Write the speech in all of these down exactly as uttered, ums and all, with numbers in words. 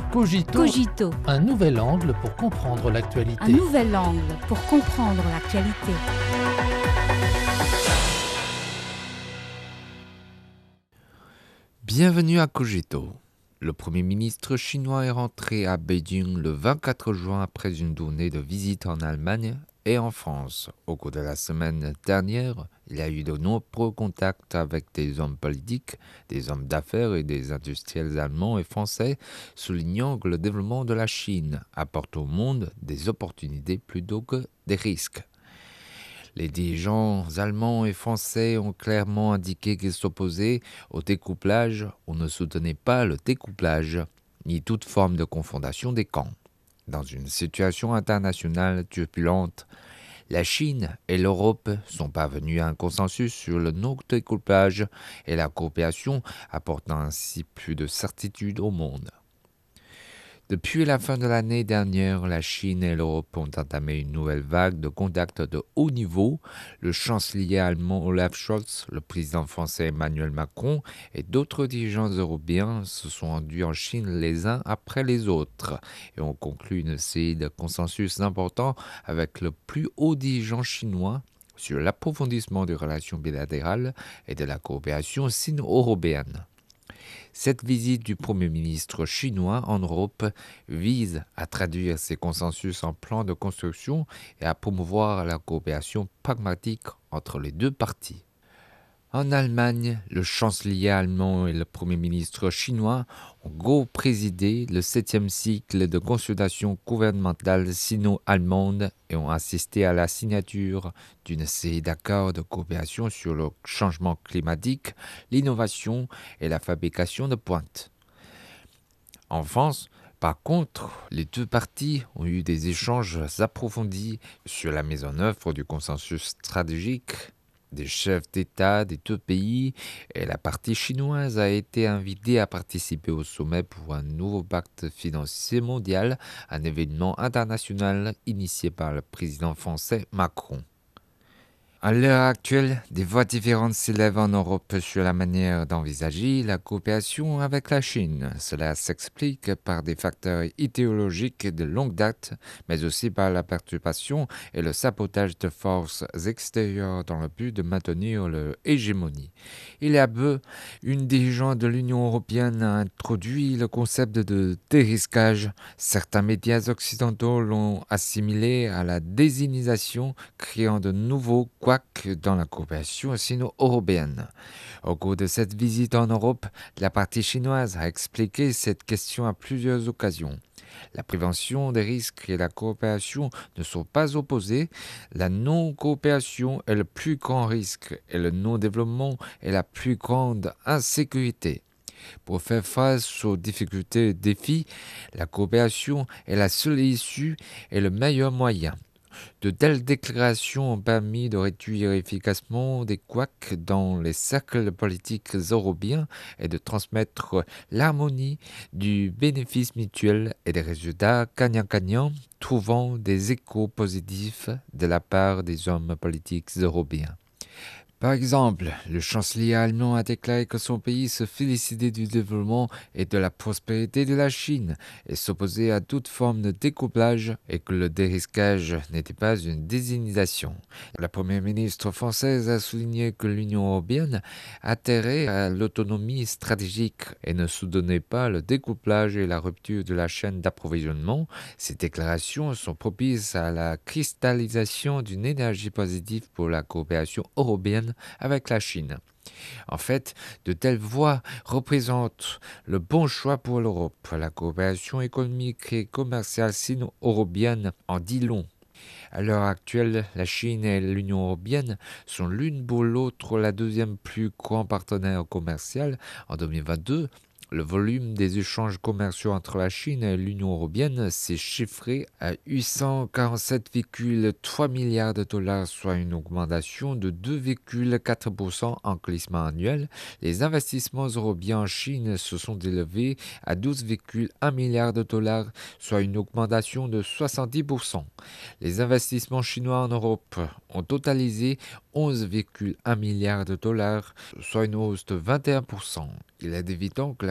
Cogito, Cogito, un nouvel angle pour comprendre l'actualité. un nouvel angle pour comprendre l'actualité. Bienvenue à Cogito. Le Premier ministre chinois est rentré à Beijing le vingt-quatre juin après une tournée de visite en Allemagne et en France. Au cours de la semaine dernière, il y a eu de nombreux contacts avec des hommes politiques, des hommes d'affaires et des industriels allemands et français, soulignant que le développement de la Chine apporte au monde des opportunités plutôt que des risques. Les dirigeants allemands et français ont clairement indiqué qu'ils s'opposaient au découplage ou ne soutenaient pas le découplage, ni toute forme de confrontation des camps. Dans une situation internationale turbulente, la Chine et l'Europe sont parvenues à un consensus sur le non-découplage et la coopération, apportant ainsi plus de certitude au monde. Depuis la fin de l'année dernière, la Chine et l'Europe ont entamé une nouvelle vague de contacts de haut niveau. Le chancelier allemand Olaf Scholz, le président français Emmanuel Macron et d'autres dirigeants européens se sont rendus en Chine les uns après les autres et ont conclu une série de consensus importants avec le plus haut dirigeant chinois sur l'approfondissement des relations bilatérales et de la coopération sino-européenne. Cette visite du Premier ministre chinois en Europe vise à traduire ces consensus en plan de construction et à promouvoir la coopération pragmatique entre les deux parties. En Allemagne, le chancelier allemand et le Premier ministre chinois ont co-présidé le septième cycle de consultations gouvernementales sino-allemandes et ont assisté à la signature d'une série d'accords de coopération sur le changement climatique, l'innovation et la fabrication de pointe. En France, par contre, les deux parties ont eu des échanges approfondis sur la mise en œuvre du consensus stratégique des chefs d'État des deux pays, et la partie chinoise a été invitée à participer au sommet pour un nouveau pacte financier mondial, un événement international initié par le président français Macron. À l'heure actuelle, des voix différentes s'élèvent en Europe sur la manière d'envisager la coopération avec la Chine. Cela s'explique par des facteurs idéologiques de longue date, mais aussi par la perturbation et le sabotage de forces extérieures dans le but de maintenir leur hégémonie. Il y a peu, une dirigeante de l'Union européenne a introduit le concept de dérisquage. Certains médias occidentaux l'ont assimilé à la désinisation, créant de nouveaux dans la coopération sino-européenne. Au cours de cette visite en Europe, la partie chinoise a expliqué cette question à plusieurs occasions. La prévention des risques et la coopération ne sont pas opposées. La non-coopération est le plus grand risque et le non-développement est la plus grande insécurité. Pour faire face aux difficultés et défis, la coopération est la seule issue et le meilleur moyen. De telles déclarations ont permis de réduire efficacement des couacs dans les cercles politiques européens et de transmettre l'harmonie du bénéfice mutuel et des résultats gagnant-gagnant, trouvant des échos positifs de la part des hommes politiques européens. Par exemple, le chancelier allemand a déclaré que son pays se félicitait du développement et de la prospérité de la Chine et s'opposait à toute forme de découplage et que le dérisquage n'était pas une désinisation. La première ministre française a souligné que l'Union européenne adhérait à l'autonomie stratégique et ne soutenait pas le découplage et la rupture de la chaîne d'approvisionnement. Ces déclarations sont propices à la cristallisation d'une énergie positive pour la coopération européenne avec la Chine. En fait, de telles voies représentent le bon choix pour l'Europe. La coopération économique et commerciale sino-européenne en dit long. À l'heure actuelle, la Chine et l'Union européenne sont l'une pour l'autre la deuxième plus grande partenaire commerciale. En deux mille vingt-deux, le volume des échanges commerciaux entre la Chine et l'Union européenne s'est chiffré à huit cent quarante-sept virgule trois milliards de dollars, soit une augmentation de deux virgule quatre pour cent en glissement annuel. Les investissements européens en Chine se sont élevés à douze virgule un milliards de dollars, soit une augmentation de soixante-dix pour cent. Les investissements chinois en Europe ont totalisé onze virgule un milliards de dollars, soit une hausse de vingt et un pour cent. Il est évident que la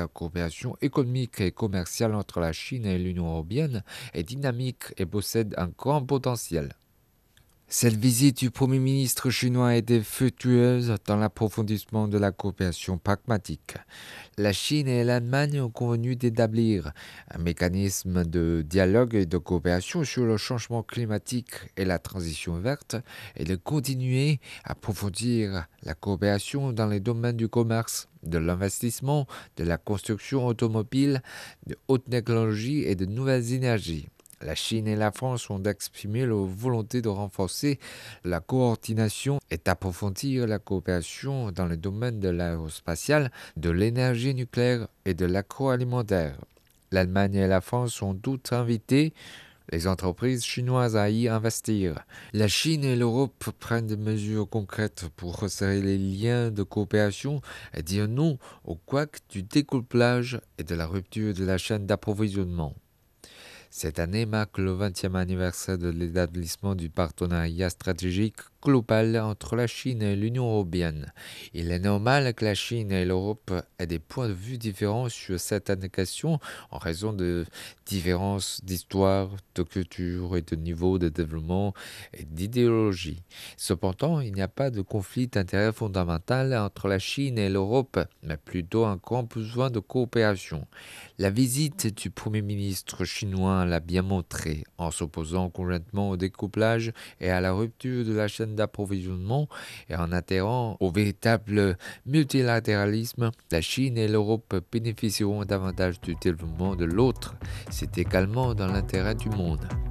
la coopération économique et commerciale entre la Chine et l'Union européenne est dynamique et possède un grand potentiel. Cette visite du Premier ministre chinois a été fructueuse dans l'approfondissement de la coopération pragmatique. La Chine et l'Allemagne ont convenu d'établir un mécanisme de dialogue et de coopération sur le changement climatique et la transition verte et de continuer à approfondir la coopération dans les domaines du commerce, de l'investissement, de la construction automobile, de haute technologie et de nouvelles énergies. La Chine et la France ont exprimé leur volonté de renforcer la coordination et d'approfondir la coopération dans le domaine de l'aérospatial, de l'énergie nucléaire et de l'agroalimentaire. L'Allemagne et la France ont toutes invité les entreprises chinoises à y investir. La Chine et l'Europe prennent des mesures concrètes pour resserrer les liens de coopération et dire non au couac du découplage et de la rupture de la chaîne d'approvisionnement. Cette année marque le vingtième anniversaire de l'établissement du partenariat stratégique global entre la Chine et l'Union européenne. Il est normal que la Chine et l'Europe aient des points de vue différents sur certaines questions en raison de différences d'histoire, de culture et de niveau de développement et d'idéologie. Cependant, il n'y a pas de conflit d'intérêt fondamental entre la Chine et l'Europe, mais plutôt un grand besoin de coopération. La visite du Premier ministre chinois l'a bien montré, en s'opposant complètement au découplage et à la rupture de la chaîne d'approvisionnement et en adhérant au véritable multilatéralisme. La Chine et l'Europe bénéficieront davantage du développement de l'autre. C'est également dans l'intérêt du monde.